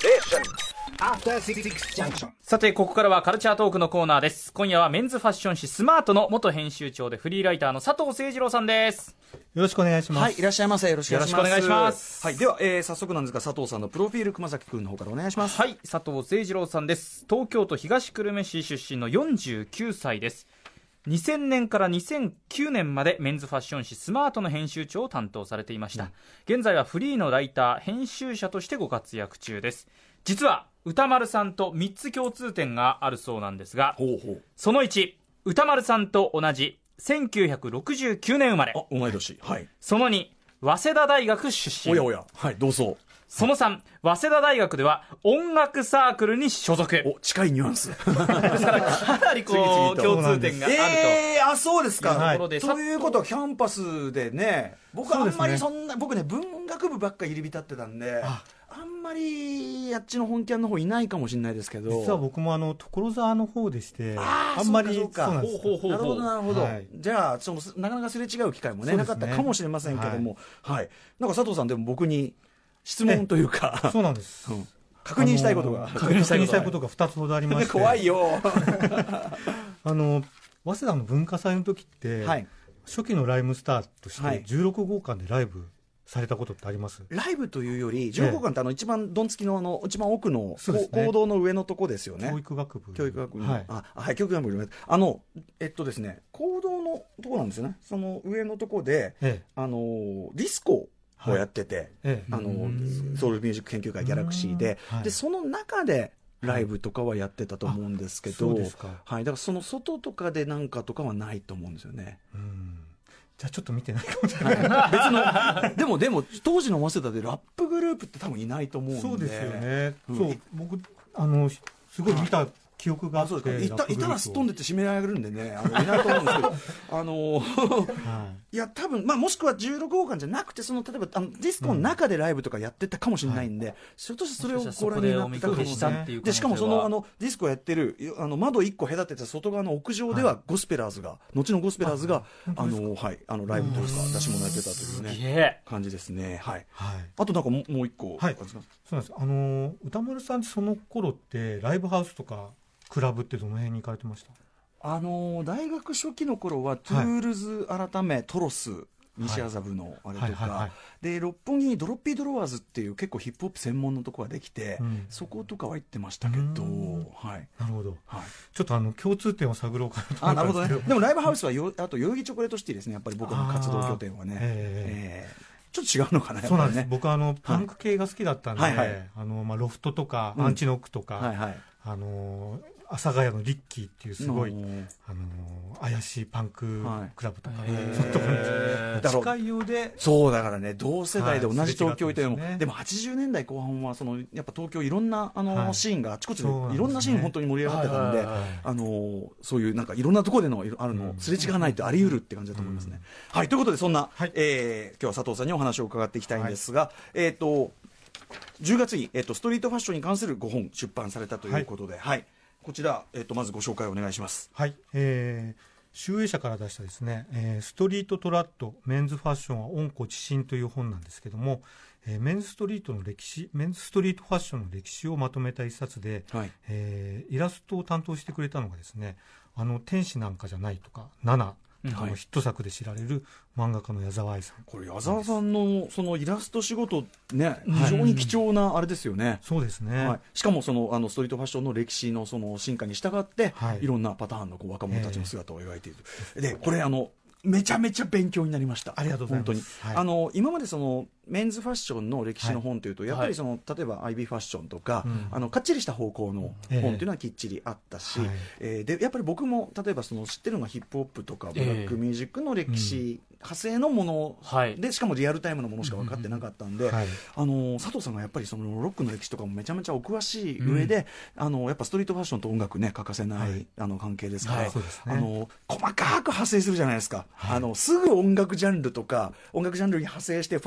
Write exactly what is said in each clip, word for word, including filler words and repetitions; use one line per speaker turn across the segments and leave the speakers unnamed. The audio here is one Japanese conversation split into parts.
さて、ここからはカルチャートークのコーナーです。今夜はメンズファッション誌スマートの元編集長でフリーライターの佐藤誠二郎さんです。
よろしくお願いします。
はい、いらっしゃいませ。よろしくお願いします。
よろしくお願いします。
はい、では、えー、早速なんですが佐藤さんのプロフィール熊崎くんの方からお願いします。
はい、佐藤誠二郎さんです。東京都東久留米市出身のよんじゅうきゅうさいです。にせんねんからにせんきゅうねんまでメンズファッション誌スマートの編集長を担当されていました、うん、現在はフリーのライター編集者としてご活躍中です。実は歌丸さんとみっつ共通点があるそうなんですが、
ほうほう。
そのいち、歌丸さんと同じせんきゅうひゃくろくじゅうきゅうねん生まれ。
あ、同い年。はい。
そのに、早稲田大学出身。
おやおや。はい、どうぞ。
そのさん、早稲田大学では音楽サークルに所属。
お、近いニュアンス。です
からかなりこう共通点があると。
えー、あ、そうですか。
はい、と
いうことはキャンパスでね、僕はあんまりそんな、ね、僕ね文学部ばっかり入り浸ってたんで、ああんまりあっちの本キャンの方いないかもしれないですけど、
実は僕もあの所沢の方でして、
あ
あんまり
そうかそうか、
ほうほうほうほう、
なるほどなるほど、
はい、
じゃあそのなかなかすれ違う機会もね、
ね
なかったかもしれませんけども、はい、はい、なんか佐藤さんでも僕に質問というか、
そうなんです、
うん、確認したいことが、
確認したいことがふたつほどありまして
怖いよ
あの早稲田の文化祭の時って、はい、初期のライムスターとしてじゅうろくごうかんでライブされたことってあります？
ライブというよりじゅうろくごうかんってあの一番どんつきのあの一番奥の講堂の上のとこですよね。
教育学部。
教育学部、
はい、
あ、はい、教育学部あのえっとですね、講堂のとこなんですよね。その上のとこで、ええ、あのディスコをやってて、はい、ええ、あのソウルミュージック研究会ギャラクシーで、はい、でその中でライブとかはやってたと思うんですけど、はい、はい、だからその外とかでなんかとかはないと思うんですよね。
うん、じゃあちょっと見てないかもしれない、
はい、別のでもでも当時の早稲田でラップグループって多分いないと思うんで。
そうですよね、うん、そう僕あのすごい見た記憶があって、
いた, いたらすっ飛んでって締められるんでね、あのいないと思うんですけどあの、はい、いや多分、まあ、もしくはじゅうろくごうかんじゃなくてその例えばあのディスコの中でライブとかやってたかもしれないんで、うん、ひょっとしてそれをご覧になってたかもしれない。でしかもそのあのディスコやってるあの窓いっこ隔てた外側の屋上ではゴスペラーズが、はい、後のゴスペラーズがあの、はい、あのライブというか出し物やってたというね感じですね。はい、はい、あとなんかもう一個、
はい、そうなんです。あの歌丸さんってその頃ってライブハウスとかクラブってどの辺に行かれてました？
あのー、大学初期の頃はトゥールズ改め、はい、トロス西麻布のあれとか、はいはいはいはい、で六本木にドロッピードロワーズっていう結構ヒップホップ専門のとこができて、うん、そことかは行ってましたけど、はい、
なるほど、
はい、
ちょっとあの共通点を探ろうかなと思
あなるほど、
ったんですけど、
ね、でもライブハウスはよあと代々木チョコレートシティですね、やっぱり僕の活動拠点はね、えーえーちょっと違うのかな、
そうなんです。僕はあのパンク系が好きだったんで、
はいはいはい、
あのまあ、ロフトとか、うん、アンチノックとか、はいはい、あの阿佐ヶ谷のリッキーっていうすごい、あの怪しいパンククラブとか、はい、そういうところに近いようで、
そうだからね、同世代で同じ東京いても、はい、でもはちじゅうねんだいこう半はそのやっぱ東京いろんなあの、はい、シーンがあちこちでいろんなシーン本当に盛り上がってたんで、あのそういうなんかいろんなところでのあるの、うん、すれ違わないとあり得るって感じだと思いますね、うん、はい、ということでそんな、はい、えー、今日は佐藤さんにお話を伺っていきたいんですが、はい、えっ、ー、とじゅうがつに、えーと、ストリートファッションに関するごほん出版されたということで、はいはい、こちら、えーと、まずご紹介お願いします。
はい、えー、集英社から出したですね、えー、ストリートトラットメンズファッションは温故知新という本なんですけども、えー、メンズストリートの歴史メンズストリートファッションの歴史をまとめた一冊で、はい、えー、イラストを担当してくれたのがですね、あの天使なんかじゃないとかナナあのヒット作で知られる漫画家の矢沢愛さん。
これ矢沢さんのそのイラスト仕事ね、非常に貴重なあれですよね、はい、
そうですね、
はい、しかもそのあのストリートファッションの歴史のその進化に従って、はい、いろんなパターンのこう若者たちの姿を描いている、えー、でこれあのめちゃめちゃ勉強になりました。
ありがとうございます。
本当に、はい、あの今までそのメンズファッションの歴史の本というと、はい、やっぱりその例えば アイビー ファッションとか、うん、あのかっちりした方向の本というのはきっちりあったし、えーえー、でやっぱり僕も例えばその知ってるのがヒップホップとかブラックミュージックの歴史、えーうん派生のもので、しかもリアルタイムのものしか分かってなかったんで、うんはい、あの佐藤さんがやっぱりそのロックの歴史とかもめちゃめちゃお詳しい上で、うん、あのやっぱストリートファッションと音楽ね欠かせない、はい、あの関係ですから、はい、あの細かく派生するじゃないですか、はい、あのすぐ音楽ジャンルとか音楽ジャンルに派生してファッションが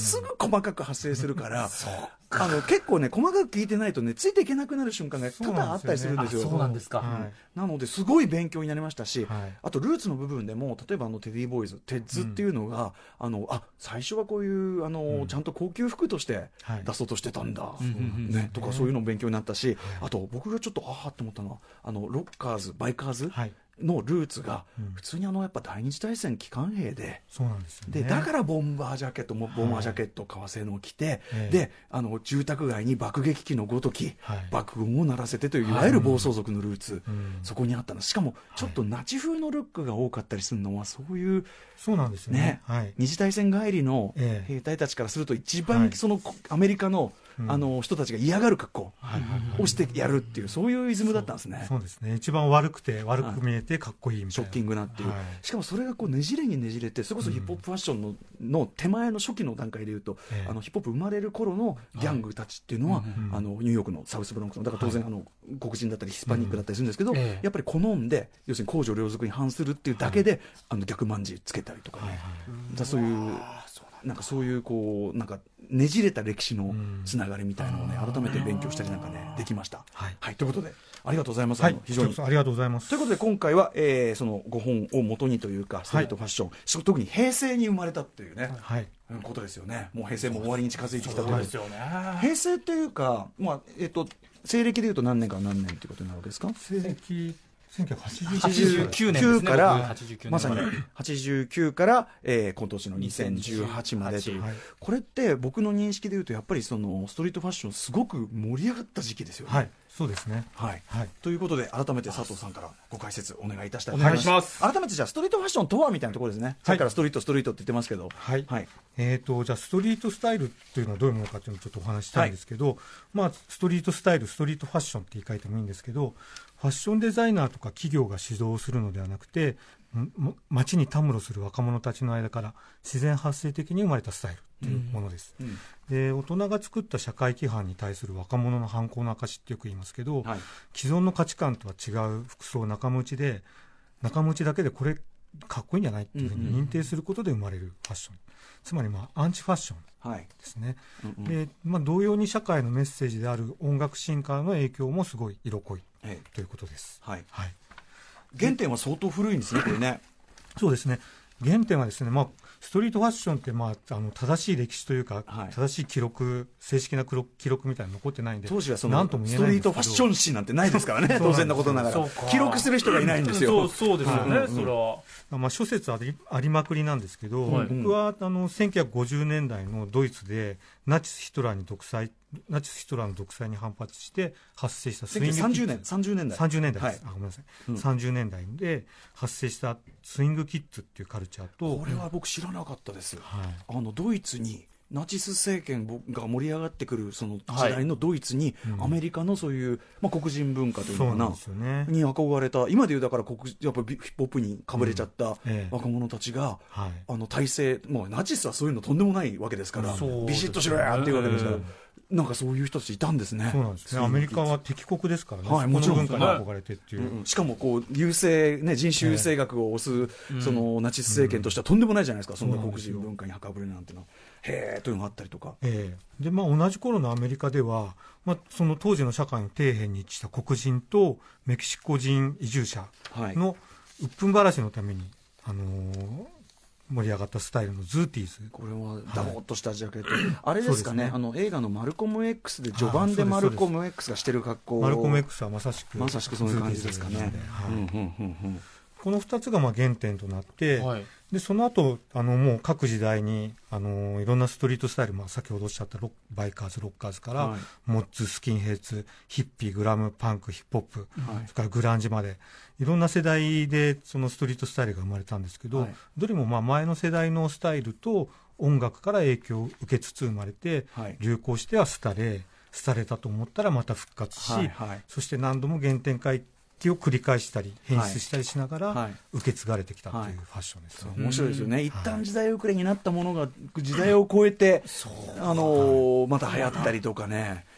すぐ細かく発生するから、あの結構ね細かく聞いてないとねついていけなくなる瞬間が多々あったりするんですよ。
そうなんですか。
はい、なのですごい勉強になりましたし、はい、あとルーツの部分でも例えばあのテディボーイズテッズっていうのが、うん、あのあ最初はこういうあの、うん、ちゃんと高級服として出そうとしてたんだ、はいね、とかそういうのも勉強になったし、はい、あと僕がちょっとああって思ったのはあのロッカーズバイカーズ、はいのルーツが普通にあのやっぱ第二次大戦機関兵で、
そうなんですよね、
でだからボンバージャケットもボンバージャケット革製のを着て、はい、であの住宅街に爆撃機のごとき、はい、爆音を鳴らせてといういわゆる暴走族のルーツ、はい、そこにあったの。しかもちょっとナチ風のルックが多かったりするのはそういう
そうなんですよね、
ね、はい、二次大戦帰りの兵隊たちからすると一番そのアメリカのあの人たちが嫌がる格好をしてやるっていうそういうイズムだったんですね。
そうですね、一番悪くて悪く見えてかっこいいみたいな、
ショッキングなっていう、はい、しかもそれがこうねじれにねじれてそれこそヒップホップファッション の,、うん、の手前の初期の段階でいうと、えー、あのヒップホップ生まれる頃のギャングたちっていうのは、はい、あのニューヨークのサウスブロンクスのだから当然、はい、あの黒人だったりヒスパニックだったりするんですけど、うん、やっぱり好んで要するに公序良俗に反するっていうだけで、はい、あの逆まんじつけたりとかね、はいはい、だそういうなんかそういうこうなんかねじれた歴史のつながりみたいなのをね改めて勉強したりなんかねできました。はい、はい、ということでありがとうございます。
はい、
非常に
ありがとうございます。
ということで今回は、えー、そのご本を元にというかストリートファッション、はい、特に平成に生まれたっていうね、はい、ことですよね。もう平成も終わりに近づいてきたということですよね。平成っていうか、まあえー、と西暦でいうと何年から何年ということになるわけですか。
西暦せんきゅうひゃく
はちじゅうきゅうねんですね、
からまさにはちじゅうきゅうから、えー、今年のにせんじゅうはちまでという、はい、これって僕の認識でいうとやっぱりそのストリートファッションすごく盛り上がった時期ですよね。
はい、そうですね、
はいはい、ということで改めて佐藤さんからご解説お願いいたしたいと
思います。お願いします。
改めてじゃあストリートファッションとはみたいなところですね、はい、さっきからストリートストリートって言ってますけど、
はいはい、えー、とじゃあストリートスタイルっていうのはどういうものかっていうのをちょっとお話したいんですけど、はい、まあ、ストリートスタイルストリートファッションって言い換えてもいいんですけど、ファッションデザイナーとか企業が指導するのではなくて街にたむろする若者たちの間から自然発生的に生まれたスタイルっていうものです、うんうん、で大人が作った社会規範に対する若者の反抗の証ってよく言いますけど、はい、既存の価値観とは違う服装を仲間内で仲間内だけでこれかっこいいんじゃないっていうふうに認定することで生まれるファッション、つまりまあアンチファッションですね、はい、うんうん、でまあ、同様に社会のメッセージである音楽進化の影響もすごい色濃いということです、はいはい、
原点は相当古いんですねこれね。
そうですね、原点はですね、まあ、ストリートファッションって、まあ、あの正しい歴史というか、はい、正しい記録正式な記録みたいなの残ってないんで、
当時はそのストリートファッション誌なんてないですからね当然のことながら記録する人がいないんですよ。
そう、そうですよね、はい、それは、
まあ、諸説あり、ありまくりなんですけど、はい、僕はあのせんきゅうひゃくごじゅうねんだいのドイツでナチス・ヒトラーに独裁ナチス・ヒトラーの独裁に反発して発生したスイングキッズ、
さんじゅうねんさんじゅうねんだいさんじゅうねんだいです、
はい、あごめんなさい、うん、さんじゅうねんだいで発生したスイングキッズっていうカルチャーと、
これは僕知らなかったです、はい、あのドイツにナチス政権が盛り上がってくるその時代のドイツに、はい、アメリカのそういう、まあ、黒人文化というのかな、ね、に憧れた今でいうだから黒やっぱヒップホップにかぶれちゃった若者たちが、うんええ、あの体制、まあ、ナチスはそういうのとんでもないわけですから、うん、ビシッとしろやっていうわけですから、えー、なんかそういう人たちいたんですね。
そうなんですね、アメリカは敵国ですからね、はい、もちろん文化に憧れてっていう、
うん、しかもこう優勢、ね、人種優勢学を推す、えー、そのナチス政権としてはとんでもないじゃないですか、うん、そんな黒人文化に墓ぶれなんてのはへーというのがあったりとか、
えーでまあ、同じ頃のアメリカでは、まあ、その当時の社会の底辺に位置した黒人とメキシコ人移住者の鬱憤晴らしのために、あのー、盛り上がったスタイルのズーティーズ、
これはダボっとしたジャケット、はい、あれですか ね, ねあの映画のマルコム X で序盤でマルコム X がしてる格好、
マルコム X はまさしく
まさしくそういう感じですかね。
このふたつがまあ原点となって、はい、でその後あのもう各時代にあのいろんなストリートスタイル、まあ、先ほどおっしゃったロバイカーズロッカーズから、はい、モッツスキンヘッズヒッピーグラムパンクヒップホップ、はい、それからグランジまでいろんな世代でそのストリートスタイルが生まれたんですけど、はい、どれもまあ前の世代のスタイルと音楽から影響を受けつつ生まれて、はい、流行しては廃れ廃れたと思ったらまた復活し、はいはい、そして何度も原点回帰を繰り返したり変質したりしながら受け継がれてきたというファッションですね、
はいはい、面白いですよね、一旦時代遅れになったものが時代を超えて、あのー、また流行ったりとかね、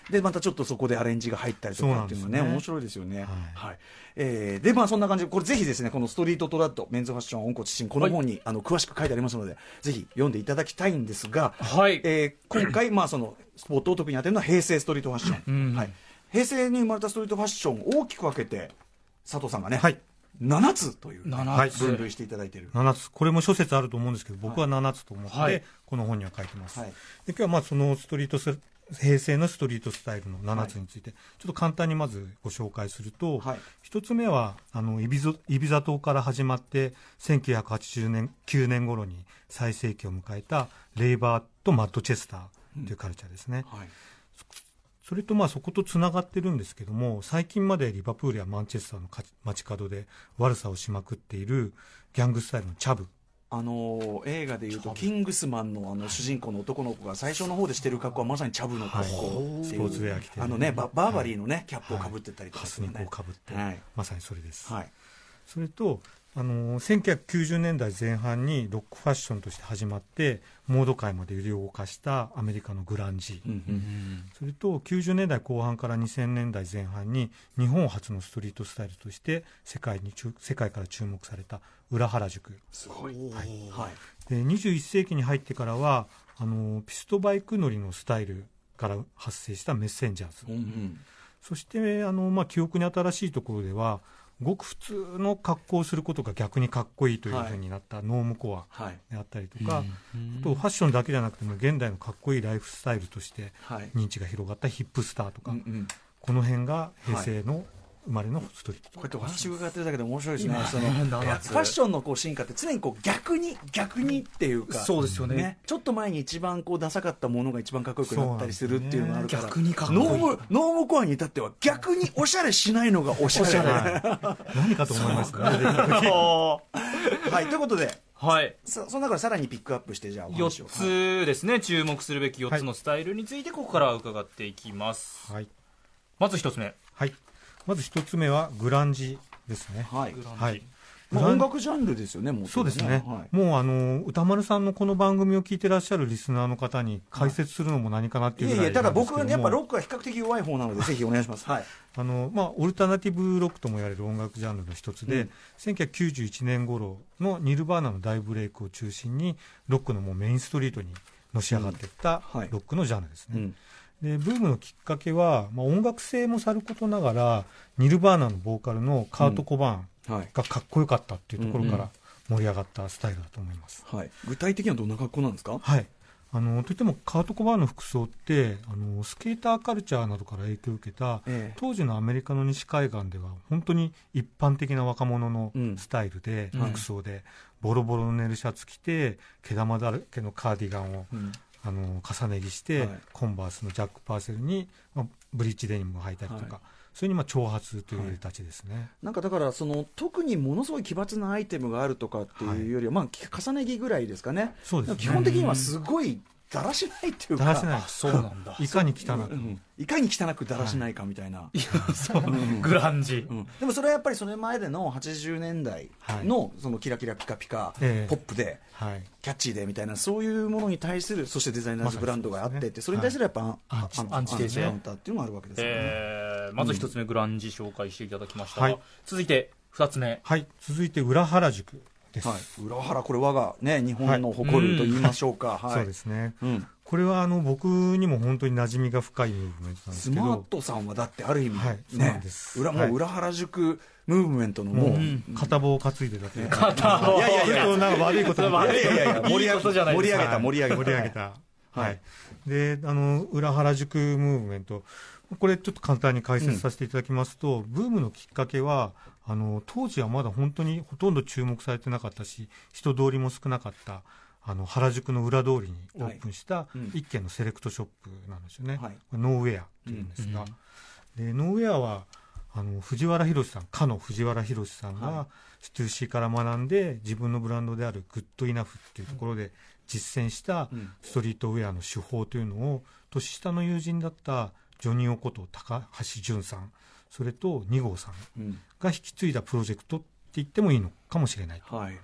でまたちょっとそこでアレンジが入ったりとかっていうのはね、面白いですよね。はい、はい、えー、でまあそんな感じで、これぜひですね、このストリートトラッドメンズファッション温故知新、この本に、はい、あの詳しく書いてありますので、ぜひ読んでいただきたいんですが、はい、えー、今回まあそのスポットを特に当てるのは平成ストリートファッション、うん、はい、平成に生まれたストリートファッションを大きく分けて佐藤さんがね、はい、ななつという、ね、
ななつ
分類していただいている。
ななつ、これも諸説あると思うんですけど、僕はななつと思って、はい、この本には書いてます、はい、で今日はまあそのストリートス平成のストリートスタイルのななつについて、はい、ちょっと簡単にまずご紹介すると、はい、ひとつめはあのイビゾイビザ島から始まってせんきゅうひゃくはちじゅうきゅうねん頃に最盛期を迎えたレイバーとマッドチェスターというカルチャーですね、うん、はい、それとまあそことつながってるんですけども、最近までリバプールやマンチェスターの街角で悪さをしまくっているギャングスタイルのチャブ、
あの映画でいうとキングスマン の, あの主人公の男の子が最初の方でしてる格好はまさにチャブの格好、はい、
スポーツウェア着て、
あの、ね、バ, バーバリーの、ね、はい、キャップをかぶってたりとか、
ハスニコをかぶって、はい、まさにそれです、はい、それとあのせんきゅうひゃくきゅうじゅうねんだいぜん半にロックファッションとして始まってモード界まで揺り動かしたアメリカのグランジ、うんうん、それときゅうじゅうねんだいこう半からにせんねんだいぜん半に日本初のストリートスタイルとして世界に世界から注目された裏原宿、
すごい、
はい、でにじゅういっせいきに入ってからはあのピストバイク乗りのスタイルから発生したメッセンジャーズ、うんうん、そしてあの、まあ、記憶に新しいところではごく普通の格好をすることが逆にかっこいいというふうになったノームコアであったりとか、はい、あとファッションだけじゃなくても現代のかっこいいライフスタイルとして認知が広がったヒップスターとか、はい、うんうん、この辺が平成の生まれのストリート、
こうやってお話伺ってるだけで面白いですね。そのファッションのこう進化って常にこう逆に逆にっていうか、
そうですよ ね, ね
ちょっと前に一番こうダサかったものが一番かっこよくなったりするっていうのがあるから、
逆にかっこいい。
ノームノームコアに至っては逆におしゃれしないのがおしゃれ
何かと思いますね
はい、ということで、
はい、
そ, その中でさらにピックアップしてじゃあお話を
よっつですね、はい、注目するべきよっつのスタイルについてここから伺っていきます、はい、まずひとつめ、
はい、まず一つ目はグランジですね。
はい、はい、まあ、音楽ジャンルですよね、もう、ね、
そうですね、はい、もうあの歌丸さんのこの番組を聞いてらっしゃるリスナーの方に解説するのも何かなっていうぐらいなんですけども、
いやいや、ただ僕はやっぱロックは比較的弱い方なのでぜひお願いします、はい、
あのまあ、オルタナティブロックとも言われる音楽ジャンルの一つで、うん、せんきゅうひゃくきゅうじゅういちねん頃のニルバーナの大ブレイクを中心にロックのもうメインストリートにのし上がっていったロックのジャンルですね、うん、はい、でブームのきっかけは、まあ、音楽性もさることながらニルバーナのボーカルのカート・コバーンがかっこよかったっていうところから盛り上がったスタイルだと思います、
はい、具体的にはどんな格好なんですか？
はい、あのといってもカート・コバーンの服装ってあのスケーターカルチャーなどから影響を受けた、ええ、当時のアメリカの西海岸では本当に一般的な若者のスタイルで、うん、服装で、はい、ボロボロのネルシャツ着て毛玉だらけのカーディガンを、うん、あの重ね着して、はい、コンバースのジャック・パーセルに、まあ、ブリッジデニムを履いたりとか、はい、それにまあ長髪というたちですね、はい、
なんかだからその特にものすごい奇抜なアイテムがあるとかっていうよりは、はい、まあ、重ね着ぐらいですかね。
そうですね、
基本的にはすごいだらしないっていうか、
だらしない、
そうなんだ
いかに汚く、
うん、いかに汚くだらしないかみたいな、はい、
そう、うん、グランジ、
うん、でもそれはやっぱりそれ前でのはちじゅうねんだいのそのキラキラピカピカ、えー、ポップで、はい、キャッチーでみたいなそういうものに対する、そしてデザイナーズブランドがあってって、それに対するやっぱ、はい、アンチ
アンチテーゼ
カウンターっていうのがあるわけですよね、
えー、まず一つ目、うん、グランジ紹介していただきましたが、はい、続いて二つ目、
はい、続いて裏原宿です、
はい、裏原、これ我が、ね、日本の誇ると言いましょうか、
はい、はい、そうですね、うん、これはあの僕にも本当に馴染みが深いムーブメントなんですけど、
スマートさんはだってある意味、
はい、
ね、
そうなんです、
裏もう裏原宿ムーブメントのもう、うん、
片棒を担いでだけ、
片棒、
いやいやいや、なんか悪いこと
悪いいやいやいや盛り上げた盛り上げた盛り上げた、
盛り上げた、はい、であの裏原宿ムーブメント、これちょっと簡単に解説させていただきますと、うん、ブームのきっかけはあの当時はまだ本当にほとんど注目されてなかったし人通りも少なかったあの原宿の裏通りにオープンした一軒のセレクトショップなんですよね、はい、ノーウェアというんですが、うん、でノーウェアはあの藤原宏さん、かの藤原宏さんがステューシーから学んで自分のブランドであるグッドイナフっていうところで実践したストリートウェアの手法というのを年下の友人だったジョニオこと高橋純さん、それとに号さんが引き継いだプロジェクトって言ってもいいのかもしれないと思います、はい、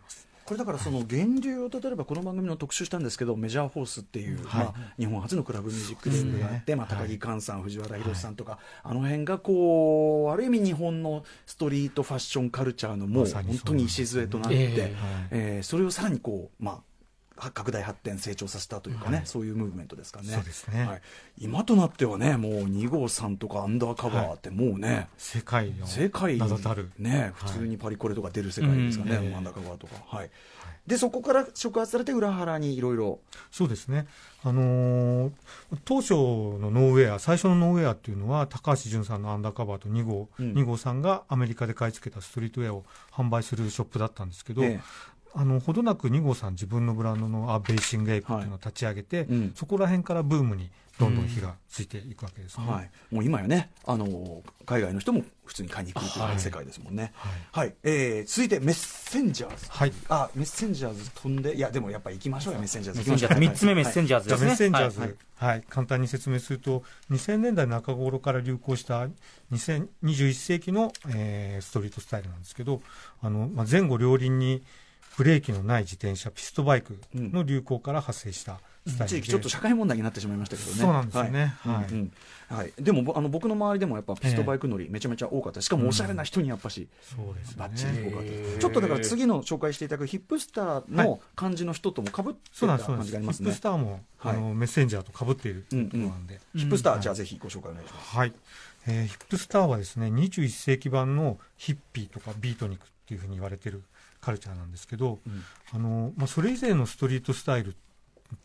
これだからその源流を例えばこの番組の特集したんですけど、メジャーホースっていう、
はい
まあ、日本初のクラブミュージックレーベルがあって、
うん
まあ、高木寛さん、藤原宏さんとか、あの辺がこうある意味日本のストリートファッションカルチャーのもう
まさに
本当に礎となって、
えー
えーそれをさらにこう、まあ、拡大発展成長させたというかね、
はい、
そういうムーブメントですかね。
そうですね、
はい、今となってはね、もうに号さんとかアンダーカバーってもうね、はい、
世界の
世界
名だたる、
ね、普通にパリコレとか出る世界ですかね、
はい、
アンダーカバーとか、はい、でそこから触発されて裏腹にいろいろ。
そうですね、あのー、当初のノーウェア、最初のノーウェアっていうのは高橋純さんのアンダーカバーとに号、うん、に号さんがアメリカで買い付けたストリートウェアを販売するショップだったんですけど、ええ、あのほどなくに号さん自分のブランドのアベーシングエイプっていうのを立ち上げて、はい、うん、そこら辺からブームにどんどん火がついていくわけですね、
うん、はい、もう今やね、あの海外の人も普通に買いに来るという世界ですもんね。はい、はい、えー、続いてメッセンジャーズ、はい、あメッセンジャーズ飛んで、いやでもやっぱり行きましょうよ、メッセンジャーズ行きましょう。
みっつめメッセンジャーズですね。
メッセンジャーズ、はいはい、簡単に説明するとにせんねんだいなか頃から流行したにせんにじゅういっ世紀の、えー、ストリートスタイルなんですけど、あの、まあ、前後両輪にブレーキのない自転車、ピストバイクの流行から発生したスタイルで、
一時期ちょっと社会問題になってしまいましたけどね。
そうなんですよね、
はいはい、うんうんはい、でもあの僕の周りでもやっぱピストバイク乗りめちゃめちゃ多かった、しかもおしゃれな人にやっぱし、うん、バッチリ多かった。ちょっとだから次の紹介していただくヒップスターの感じの人とも被ってた感じがありますね。
ヒップスターも、はい、あのメッセンジャーと被っているということなんで、うんうん、
ヒップスター、じゃあぜひご紹介お願いします。
はい、えー、ヒップスターはですね、にじゅういっ世紀版のヒッピーとかビートニックっていうふうに言われてるカルチャーなんですけど、うん、あのまあ、それ以前のストリートスタイルって、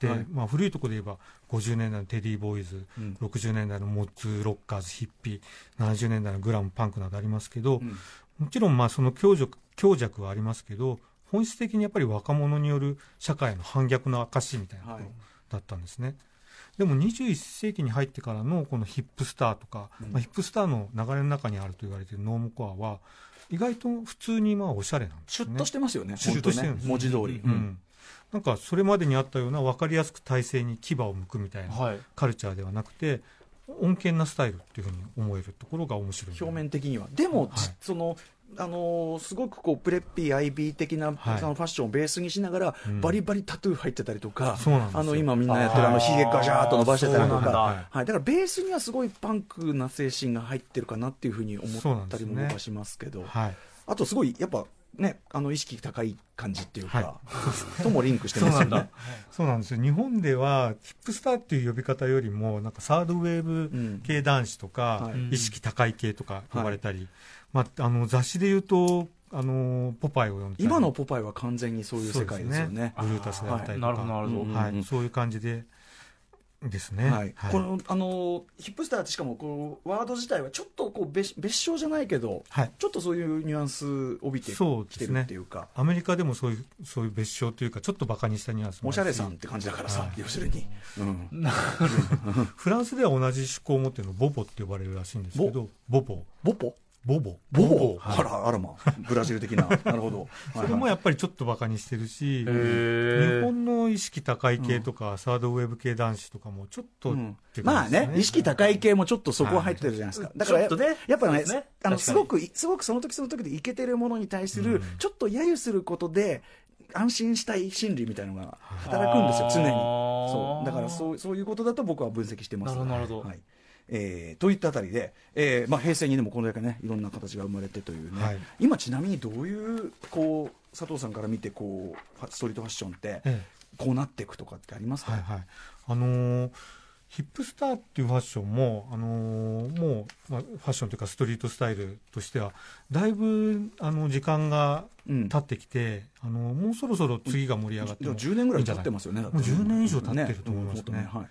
はい、まあ、古いところで言えばごじゅうねんだいのテディボーイズ、うん、ろくじゅうねんだいのモッツロッカーズヒッピー、ななじゅうねんだいのグラムパンクなどありますけど、うん、もちろんまあその強弱、強弱はありますけど、本質的にやっぱり若者による社会の反逆の証みたいなところだったんですね、はい。でもにじゅういっ世紀に入ってからのこのヒップスターとか、うん、まあ、ヒップスターの流れの中にあると言われているノームコアは意外と普通にまあおしゃれなんですね。
シュッとしてますよね。
シュッとしてるんです、
ね、文字通り、
うんうん、なんかそれまでにあったような分かりやすく体制に牙を向くみたいなカルチャーではなくて、はい、穏健なスタイルっていうふうに思えるところが面白い。
表面的にはでも、はい、そのあのー、すごくこうプレッピー アイビー 的な、はい、そのファッションをベースにしながら、うん、バリバリタトゥー入ってたりとか、あの今みんなやってるあのヒゲガジャーっと伸ばしてたりとか、はい、だからベースにはすごいパンクな精神が入ってるかなっていうふうに思ったりも僕はしますけど、はい、あとすごいやっぱね、あの意識高い感じっていうか、はい、ともリンクしてますよね。
そうなんですよ。日本ではヒップスターっていう呼び方よりもなんかサードウェーブ系男子とか、うん、意識高い系とか呼ばれたり、はい、まあ、あの雑誌で言うとあのポパイを読んで、
今のポパイは完全にそういう世界ですよね。
ブルータスだったりとか、
はい、なるほど、
はい、うん、そういう感じでですね。
はいはい、このあのヒップスターってしかもこうワード自体はちょっとこう 別, 別称じゃないけど、はい、ちょっとそういうニュアンス帯びてきてるっていうか、
ね、アメリカでもそういうそういう別称というかちょっとバカにしたニュアンスも
おしゃれさんって感じだからさ、はい、要するに、うん、
フランスでは同じ趣向を持っているのボボって呼ばれるらしいんですけど、ボボ
ボポ
ボボ
ボボ、はい、あらあらまブラジル的ななるほど
それもやっぱりちょっとバカにしてるし、日本の意識高い系とか、うん、サードウェブ系男子とかもちょっと、うん、って
まあね、意識高い系もちょっとそこは入ってるじゃないですか、はい、だから や, ね、やっぱ ね, ねあのすごくすごくその時その時でイケてるものに対する、うん、ちょっと揶揄することで安心したい心理みたいなのが働くんですよ、常に。そうだからそう、そういうことだと僕は分析してます。
なるほど、
はい、えー、といったあたりで、えーまあ、平成にでもこのだけねいろんな形が生まれてというね、はい、今ちなみにどういうこう佐藤さんから見てこうストリートファッションってこうなっていくとかってありますか？
はいはい、あのー、ヒップスターっていうファッションも、あのー、もう、まあ、ファッションというかストリートスタイルとしてはだいぶあの時間が経ってきて、うん、あのもうそろそろ次が盛り上がってもいいんじゃない、
じゅうねんぐらい経ってますよね。だって
もうじゅうねん以上経ってると思いますね。ね、はい、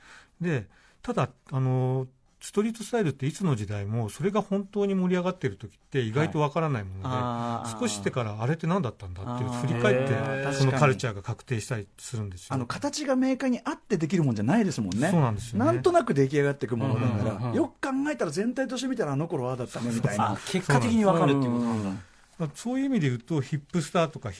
でただあのストリートスタイルっていつの時代もそれが本当に盛り上がっている時って意外とわからないもので、はい、少ししてからあれって何だったんだっていう振り返ってそのカルチャーが確定したりするんですよ。
あの形が明快にあってできるもんじゃないですもんね。
そうなんですよね。
なんとなく出来上がっていくものだから、うんうんうん、よく考えたら全体として見たらあの頃はああだったねみたいな
結果的にわかるっていうことなんだ。
そういう意味で言うとヒップスターとかヒッ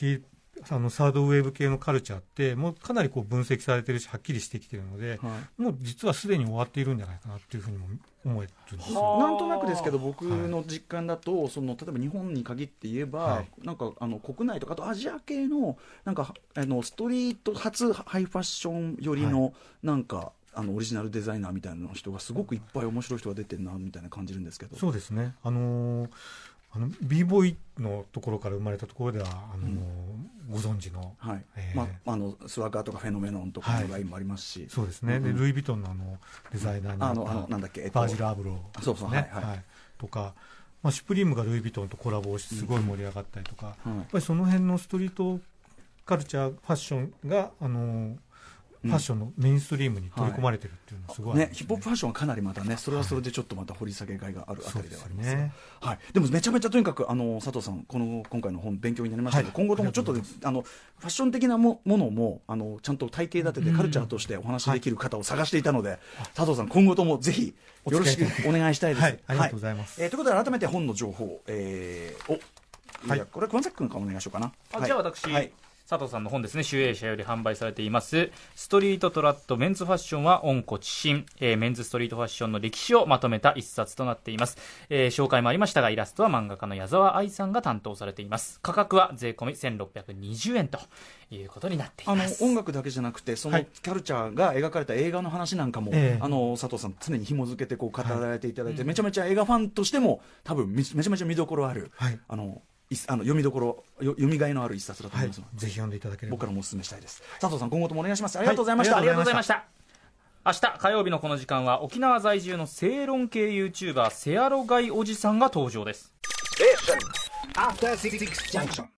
あのサードウェーブ系のカルチャーってもうかなりこう分析されてるしはっきりしてきてるので、はい、もう実はすでに終わっているんじゃないかなっていうふうにも思えるんですよ。
なんとなくですけど僕の実感だと、はい、その例えば日本に限って言えば、はい、なんかあの国内とかあとアジア系のなんかあのストリート初ハイファッション寄りの、はい、なんかあのオリジナルデザイナーみたいな人がすごくいっぱい面白い人が出てるなみたいな感じるんですけど。
そうですね、あのーあの b ボーイのところから生まれたところではあの、うん、ご存知の、
はいえーまあ、あのスワガーとかフェノメノンとかのラインもありますし、はい、
そうですね、うん、でルイ・ヴィトンのあのデザイナーになった、うん、あのあのなんだっけ、えっと、バージル・アブロー、
そうそう、はいはいはい、
とか、まあ、シュプリームがルイ・ヴィトンとコラボをしてすごい盛り上がったりとか、うんはい、やっぱりその辺のストリートカルチャーファッションがあのファッションのメインストリームに取り込まれてるっていうのはすごい、ね
はいね、ヒップホップファッションはかなりまたね、それはそれでちょっとまた掘り下げがいがあるあたりではあります、ねはい、でもめちゃめちゃとにかくあの佐藤さんこの今回の本勉強になりましたけど、はい、今後ともちょっとあのファッション的なものもあのちゃんと体系立ててカルチャーとしてお話しできる方を探していたので、はい、佐藤さん今後ともぜひよろしくお願いしたいです。
はい、ありがとうございます、
はいえー、ということで改めて本の情報、えー、お、はい、これ熊崎君からお願いしようかな。
あ、はい、じゃあ私、はい佐藤さんの本ですね、集英社より販売されていますストリートトラッドメンズファッションは温故知新、えー、メンズストリートファッションの歴史をまとめた一冊となっています、えー、紹介もありましたがイラストは漫画家の矢沢愛さんが担当されています。価格は税込みせんろっぴゃくにじゅうえんということになっています。
あの音楽だけじゃなくてそのキャルチャーが描かれた映画の話なんかも、はい、あの佐藤さん常に紐付けてこう語られていただいて、はい、めちゃめちゃ映画ファンとしても多分めちゃめちゃ見どころある、はい、あのあの読みどころ読みがいのある一冊だと思いますので、
はい、ぜひ読んでいただければ
僕からもお勧めしたいです。佐藤さん今後ともお願いします。ありがとうございました、はい、
ありがとうございました。明日火曜日のこの時間は沖縄在住の正論系 YouTuber セアロガイおじさんが登場です。